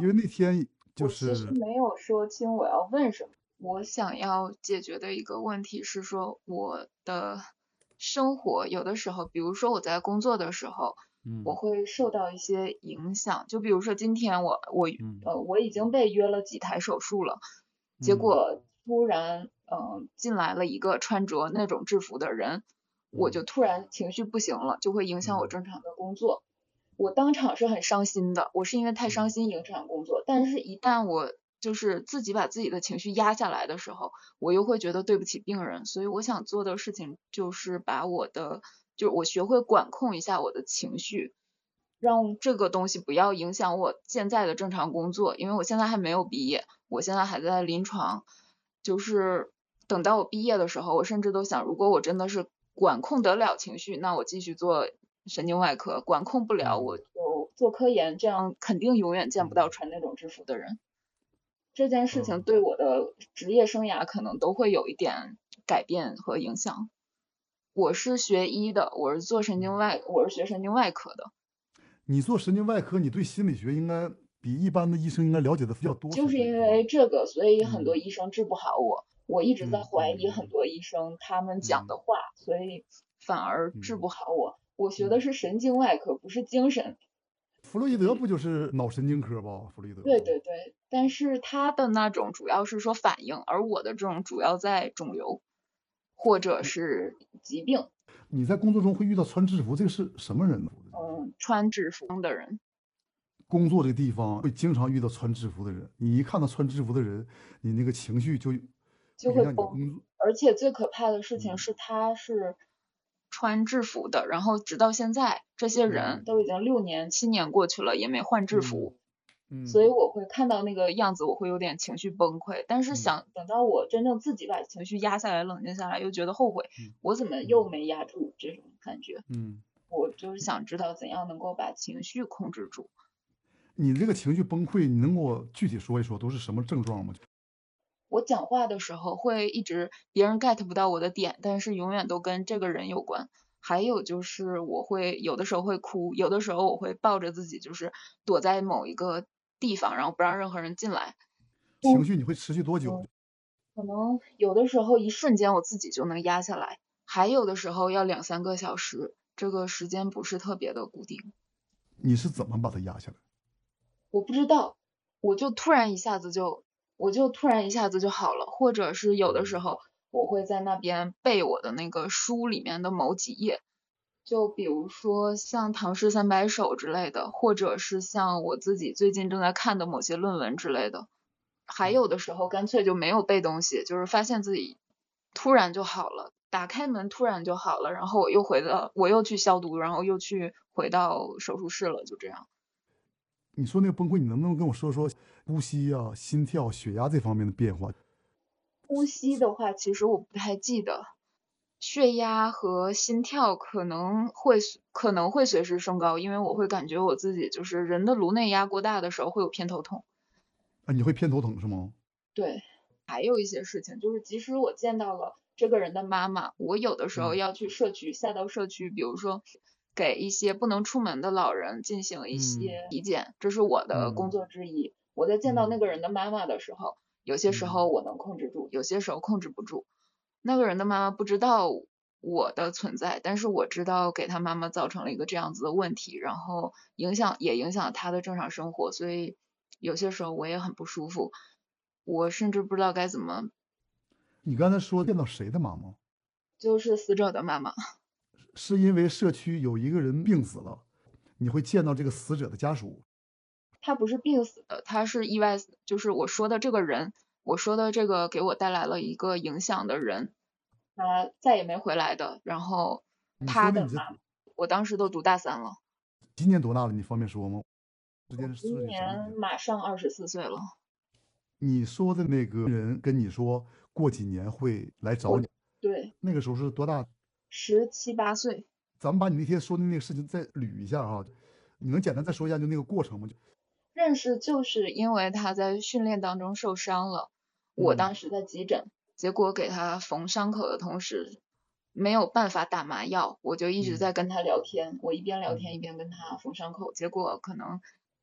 因为那天就我其实是没有说清我要问什么。我想要解决的一个问题是说，我的生活有的时候，比如说我在工作的时候，我嗯会受到一些影响。就比如说今天嗯我已经被约了几台手术了，结嗯果突然进来了一个穿着那种制服的人，我嗯就突然情绪不行了，就会影响我嗯正常的工作。我当场是很伤心的，我是因为太伤嗯心影响工作，但是一旦我就是自己把自己的情绪压下来的时候，我又会觉得对不起病人，所以我想做的事情就是就是我学会管控一下我的情绪，让这个东西不要影响我现在的正常工作，因为我现在还没有毕业，我现在还在临床，就是等到我毕业的时候，我甚至都想，如果我真的是管控得了情绪，那我继续做神经外科，管控不了我嗯就做科研，这样肯定永远见不到嗯穿那种制服的人。这件事情啊， 对我的职业生涯可能都会有一点改变和影响。我是学医的，我是学神经外科的。 你做神经外科，你对心理学应该比一般的医生应该了解的比较多， 就是因是不是是吧？ 为这个，所以很多嗯医生治不好我。我一直在嗯怀疑很多医生他们讲嗯的话，所以反而治嗯不好我。我学的嗯， 是神经外科，不是精神。 弗洛伊德不就是脑神经科吧？弗洛伊德对对对，但是他的那种主要是说反应，而我的这种主要在肿瘤或者是疾病。 你在工作中会遇到穿制服，这个是什么人呢？ 穿制服的人。 工作这个地方会经常遇到穿制服的人，你一看到穿制服的人，你那个情绪就就会影会崩。 响你的工作。 而且最可怕的事情嗯是，他是穿制服的，然后直到现在，这些人嗯都已经6年、7年过去了，也没换制嗯服， 嗯所以我会看到那个样子，我会有点情绪崩溃。但是嗯等到我真正自己把情绪压下来、冷静下来，又觉得后悔， 嗯我怎么又嗯没压住这种感觉。 嗯， 我就是想知道怎样能够把情绪控制住。 你这个情绪崩溃，你能给我具体说一说都是什么症状吗？ 我讲话的时候会一直别人 get 不到我的点，但是永远都跟这个人有关。还有就是我会有的时候会哭，有的时候我会抱着自己就是躲在某一个地方，然后不让任何人进来。 情绪你会持续多久？ 嗯，可能有的时候一瞬间我自己就能压下来，还有的时候要2、3个小时，这个时间不是特别的固定。 你是怎么把它压下来？ 我不知道，我就突然一下子就，我就突然一下子就好了，或者是有的时候我会在那边背我的那个书里面的某几页，就比如说像《唐诗三百首》之类的，或者是像我自己最近正在看的某些论文之类的，还有的时候干脆就没有背东西，就是发现自己突然就好了，打开门突然就好了，然后我又去消毒，然后又去回到手术室了，就这样。 你说那个崩溃，你能不能跟我说说呼吸啊、心跳、血压这方面的变化？ 呼吸的话，其实我不太记得，血压和心跳可能会随时升高，因为我会感觉我自己就是人的颅内压过大的时候会有偏头痛。 啊，你会偏头疼是吗？ 对，还有一些事情就是，即使我见到了这个人的妈妈，我有的时候嗯要去下到社区，比如说给一些不能出门的老人进行一嗯些体检，这是我的工嗯作之一。我在见到那嗯个人的妈妈的时候，有些时嗯候我能控制住，有些时候控制不住。那个人的妈妈不知道我的存在，但是我知道给他妈妈造成了一个这样子的问题，然后影响他的正常生活，所以有些时候我也很不舒服，我甚至不知道该怎么， 你刚才说见到谁的妈妈？ 就是死者的妈妈。 是因为社区有一个人病死了，你会见到这个死者的家属。 他不是病死的，他是意外死，就是我说的这个人，我说的这个给我带来了一个影响的人，他再也没回来的，然后你说的你是他的妈妈，我当时都读大三了。 今年多大了？你方便说吗？时间是今什么时间？ 年马上24岁了。 你说的那个人跟你说过几年会来找我你， 对那个时候是多大？ 17、8岁。 咱们把你那天说的那个事情再捋一下哈，你能简单再说一下就那个过程吗？ 认识就是因为他在训练当中受伤了，我嗯当时在急诊，结果给他缝伤口的同时没有办法打麻药，我就一直嗯在跟他聊天，我一边聊天嗯一边跟他缝伤口，结果可能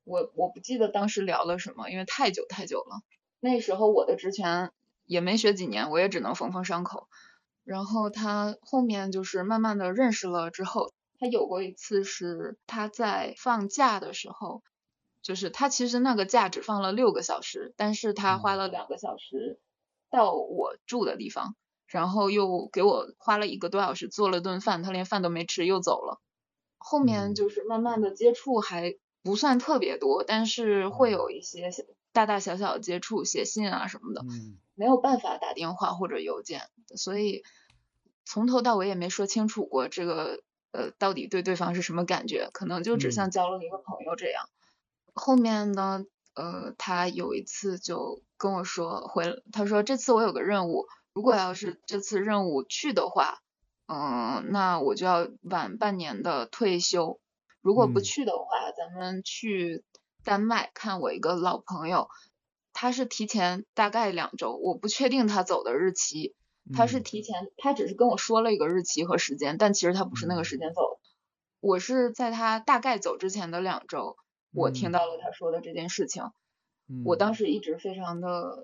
我不记得当时聊了什么，因为太久太久了。那时候我的职权也没学几年，我也只能缝缝伤口。然后他后面就是慢慢的认识了之后，他有过一次是他在放假的时候，就是他其实那个假只放了6个小时，但是他花了2个小时到我住的地方，然后又给我花了1个多小时做了顿饭，他连饭都没吃又走了。后面就是慢慢的接触还不算特别多，但是会有一些大大小小的接触，写信啊什么的，没有办法打电话或者邮件，所以从头到尾也没说清楚过这个到底对对方是什么感觉，可能就只像交了一个朋友这样。后面呢，他有一次就跟我说他说这次我有个任务，如果要是这次任务去的话，那我就要晚半年的退休。如果不去的话，咱们去丹麦看我一个老朋友，他是提前大概2周，我不确定他走的日期，他是提前，他只是跟我说了一个日期和时间，但其实他不是那个时间走。我是在他大概走之前的2周，我听到了他说的这件事情，我当时一直非常的，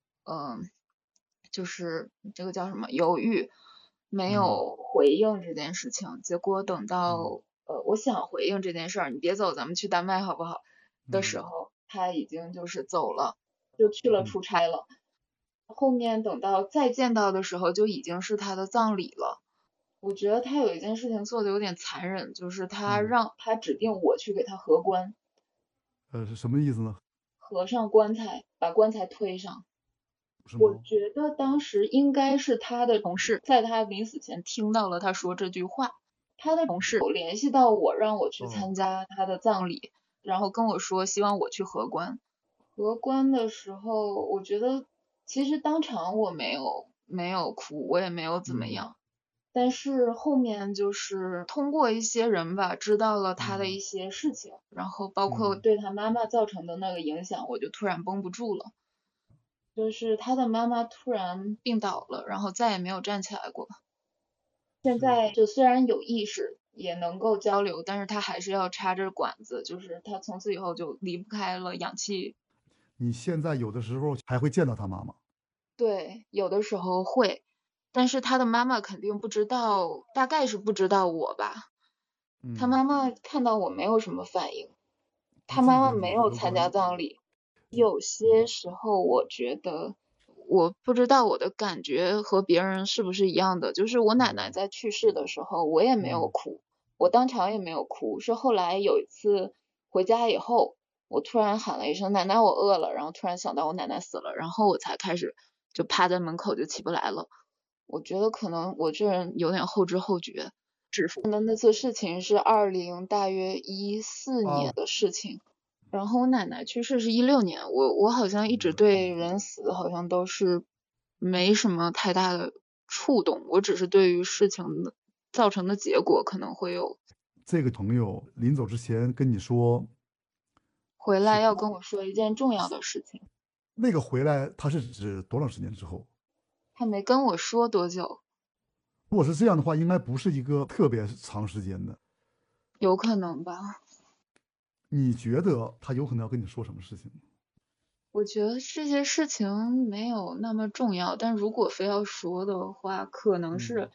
就是这个叫什么犹豫，没有回应这件事情。结果等到我想回应这件事儿，你别走，咱们去丹麦好不好？的时候，他已经就是走了，就去了出差了。后面等到再见到的时候，就已经是他的葬礼了。我觉得他有一件事情做的有点残忍，就是他指定我去给他合棺， 是什么意思呢？ 合上棺材，把棺材推上。 是吗？ 我觉得当时应该是他的同事在他临死前听到了他说这句话，他的同事有联系到我，让我去参加他的葬礼，然后跟我说希望我去合棺。合棺的时候，我觉得其实当场我没有哭，我也没有怎么样。但是后面就是通过一些人吧，知道了他的一些事情，然后包括对他妈妈造成的那个影响，我就突然绷不住了。就是他的妈妈突然病倒了，然后再也没有站起来过。现在就虽然有意识，也能够交流，但是他还是要插着管子，就是他从此以后就离不开了氧气。 你现在有的时候还会见到他妈妈？ 对，有的时候会，但是他的妈妈肯定不知道，大概是不知道我吧。他妈妈看到我没有什么反应，他妈妈没有参加葬礼。有些时候我觉得，我不知道我的感觉和别人是不是一样的，就是我奶奶在去世的时候，我也没有哭，我当场也没有哭，是后来有一次回家以后，我突然喊了一声奶奶我饿了，然后突然想到我奶奶死了，然后我才开始就趴在门口就起不来了。我觉得可能我这人有点后知后觉。那次事情是大约2014年的事情，然后我奶奶去世是2016年，我好像一直对人死好像都是没什么太大的触动，我只是对于事情的造成的结果可能会有。 这个朋友临走之前跟你说， 回来要跟我说一件重要的事情。 那个回来他是指多长时间之后？ 他没跟我说多久。 如果是这样的话，应该不是一个特别长时间的。 有可能吧。 你觉得他有可能要跟你说什么事情？ 我觉得这些事情没有那么重要，但如果非要说的话，可能是，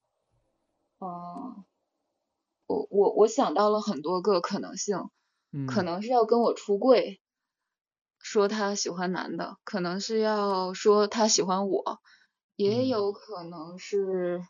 我想到了很多个可能性，可能是要跟我出柜，说他喜欢男的，可能是要说他喜欢我，也有可能是，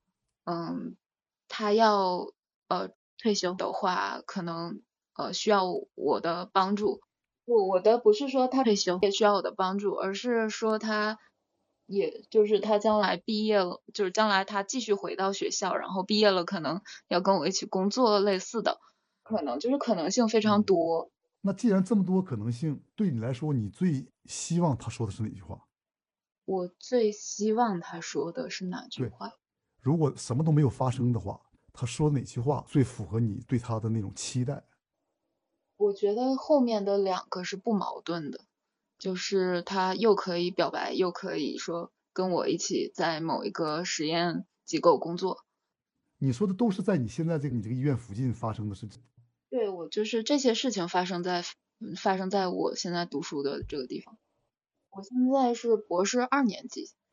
他要退休的话，可能需要我的帮助。我的不是说他退休也需要我的帮助，而是说也就是他将来毕业了，就是将来他继续回到学校，然后毕业了，可能要跟我一起工作类似的，可能就是可能性非常多。 那既然这么多可能性，对你来说，你最希望他说的是哪句话？ 我最希望他说的是哪句对， 话？ 如果什么都没有发生的话，他说哪句话最符合你对他的那种期待？ 我觉得后面的2个是不矛盾的，就是他又可以表白，又可以说跟我一起在某一个实验机构工作。 你说的都是在你现在你这个医院附近发生的事情。 对，我就是这些事情发生在发生在我现在读书的这个地方。我现在是博士2年级，